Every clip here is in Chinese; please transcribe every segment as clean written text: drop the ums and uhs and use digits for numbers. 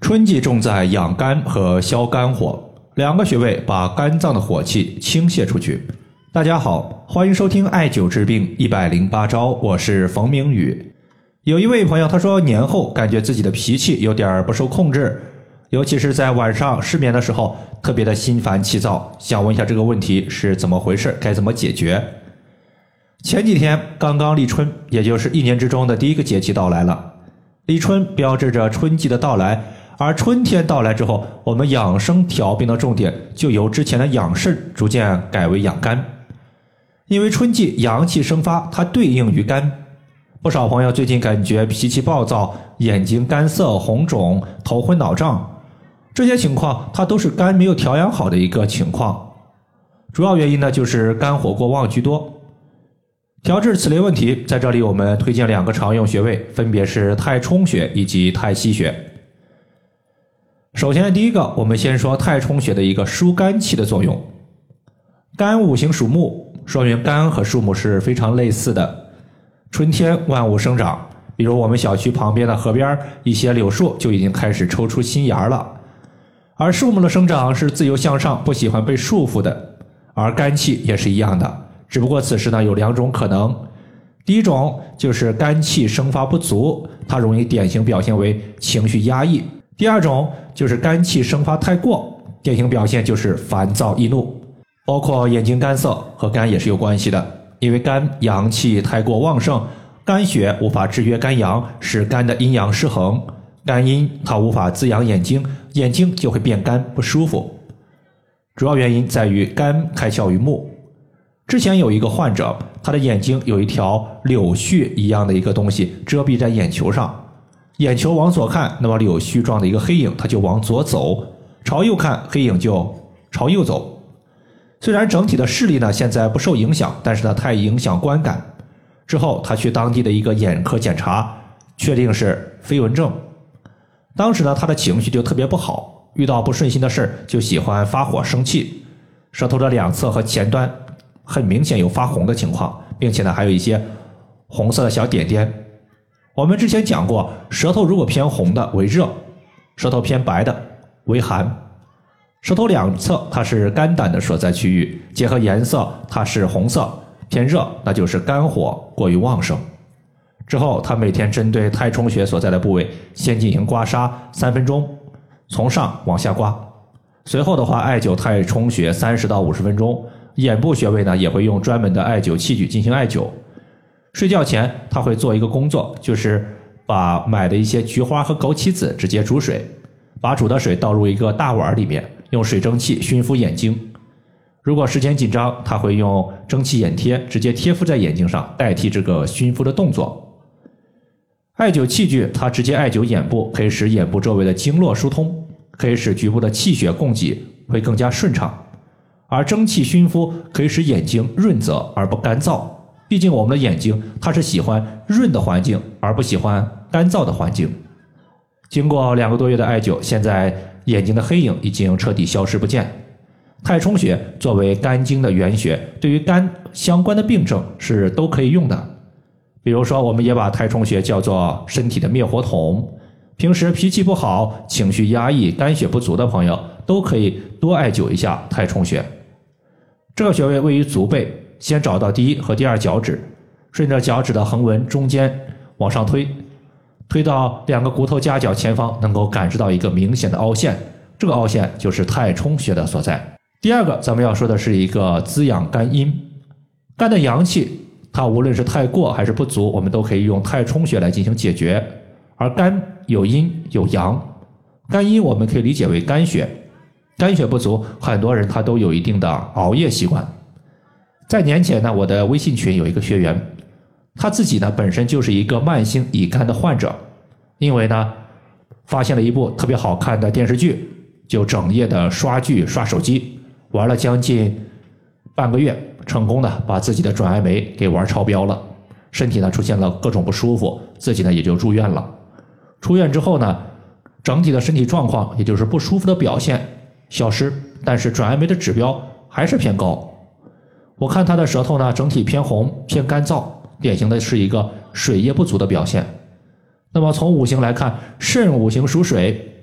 春季重在养肝和消肝火，两个穴位把肝脏的火气倾泻出去。大家好，欢迎收听艾灸治病108招，我是冯明宇。有一位朋友他说年后感觉自己的脾气有点不受控制，尤其是在晚上失眠的时候特别的心烦气躁，想问一下这个问题是怎么回事，该怎么解决。前几天刚刚立春，也就是一年之中的第一个节气到来了。立春标志着春季的到来，而春天到来之后，我们养生调病的重点就由之前的养肾逐渐改为养肝。因为春季阳气生发，它对应于肝。不少朋友最近感觉脾气暴躁，眼睛干涩红肿，头昏脑胀，这些情况它都是肝没有调养好的一个情况。主要原因呢就是肝火过旺居多。调治此类问题，在这里我们推荐两个常用穴位，分别是太冲穴以及太溪穴。首先第一个，我们先说太冲穴的一个疏肝气的作用。肝五行属木，说明肝和树木是非常类似的。春天万物生长，比如我们小区旁边的河边，一些柳树就已经开始抽出新芽了。而树木的生长是自由向上，不喜欢被束缚的，而肝气也是一样的。只不过此时呢有两种可能，第一种就是肝气生发不足，它容易典型表现为情绪压抑；第二种就是肝气生发太过，典型表现就是烦躁易怒。包括眼睛干涩和肝也是有关系的，因为肝阳气太过旺盛，肝血无法制约肝阳，使肝的阴阳失衡，肝阴它无法滋养眼睛，眼睛就会变干不舒服。主要原因在于肝开窍于目。之前有一个患者，他的眼睛有一条柳絮一样的一个东西遮蔽在眼球上，眼球往左看，那么柳絮状的一个黑影它就往左走，朝右看黑影就朝右走。虽然整体的视力呢现在不受影响，但是呢太影响观感。之后他去当地的一个眼科检查，确定是飞蚊症。当时呢他的情绪就特别不好，遇到不顺心的事就喜欢发火生气，舌头的两侧和前端很明显有发红的情况，并且呢还有一些红色的小点点。我们之前讲过，舌头如果偏红的为热，舌头偏白的为寒。舌头两侧它是肝胆的所在区域，结合颜色它是红色偏热，那就是肝火过于旺盛。之后他每天针对太冲穴所在的部位先进行刮痧3分钟，从上往下刮，随后的话艾灸太冲穴30到50分钟。眼部穴位呢也会用专门的艾灸器具进行艾灸。睡觉前他会做一个工作，就是把买的一些菊花和枸杞子直接煮水，把煮的水倒入一个大碗里面，用水蒸气熏敷眼睛。如果时间紧张，他会用蒸汽眼贴直接贴敷在眼睛上，代替这个熏敷的动作。艾灸器具它直接艾灸眼部，可以使眼部周围的经络疏通，可以使局部的气血供给会更加顺畅。而蒸汽熏敷可以使眼睛润泽而不干燥，毕竟我们的眼睛它是喜欢润的环境，而不喜欢干燥的环境。经过2个多月的艾灸，现在眼睛的黑影已经彻底消失不见。太冲穴作为肝经的原穴，对于肝相关的病症是都可以用的。比如说我们也把太冲穴叫做身体的灭火筒，平时脾气不好、情绪压抑、肝血不足的朋友都可以多艾灸一下太冲穴。这个穴位位于足背，先找到第1和第2脚趾，顺着脚趾的横纹中间往上推，推到2个骨头夹角前方，能够感知到一个明显的凹陷，这个凹陷就是太冲穴的所在。第2个咱们要说的是一个滋养肝阴。肝的阳气它无论是太过还是不足，我们都可以用太冲穴来进行解决。而肝有阴有阳，肝阴我们可以理解为肝血，肝血不足，很多人他都有一定的熬夜习惯。在年前呢，我的微信群有一个学员，他自己呢本身就是一个慢性乙肝的患者，因为呢发现了一部特别好看的电视剧，就整夜的刷剧刷手机，玩了将近半个月，成功的把自己的转氨酶给玩超标了，身体呢出现了各种不舒服，自己呢也就住院了。出院之后呢，整体的身体状况也就是不舒服的表现消失，但是转氨酶的指标还是偏高。我看他的舌头呢整体偏红偏干燥，典型的是一个水液不足的表现。那么从五行来看，肾五行属水，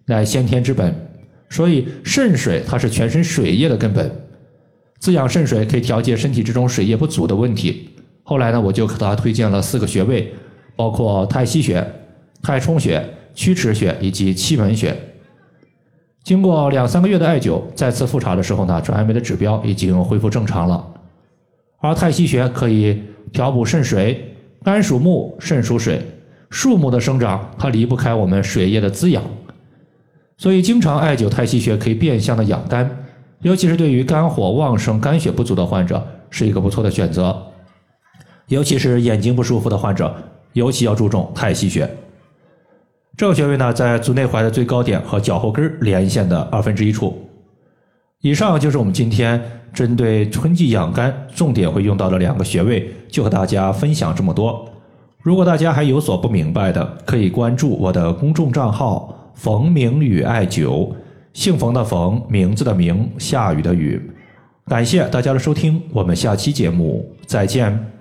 乃先天之本，所以肾水它是全身水液的根本。滋养肾水可以调节身体之中水液不足的问题。后来呢，我就给大家推荐了4个穴位，包括太溪穴、太冲穴、曲池穴以及气门穴。经过2-3个月的艾灸，再次复查的时候呢，转氨酶的指标已经恢复正常了。而太溪穴可以调补肾水，肝属木，肾属水，树木的生长它离不开我们水液的滋养，所以经常艾灸太溪穴可以变相的养肝，尤其是对于肝火旺盛、肝血不足的患者是一个不错的选择。尤其是眼睛不舒服的患者，尤其要注重太溪穴。这个穴位呢，在足内踝的最高点和脚后跟连线的1/2处。以上就是我们今天针对春季养肝重点会用到的2个穴位，就和大家分享这么多。如果大家还有所不明白的，可以关注我的公众账号冯明宇艾灸，姓冯的冯，名字的名，下雨的雨。感谢大家的收听，我们下期节目再见。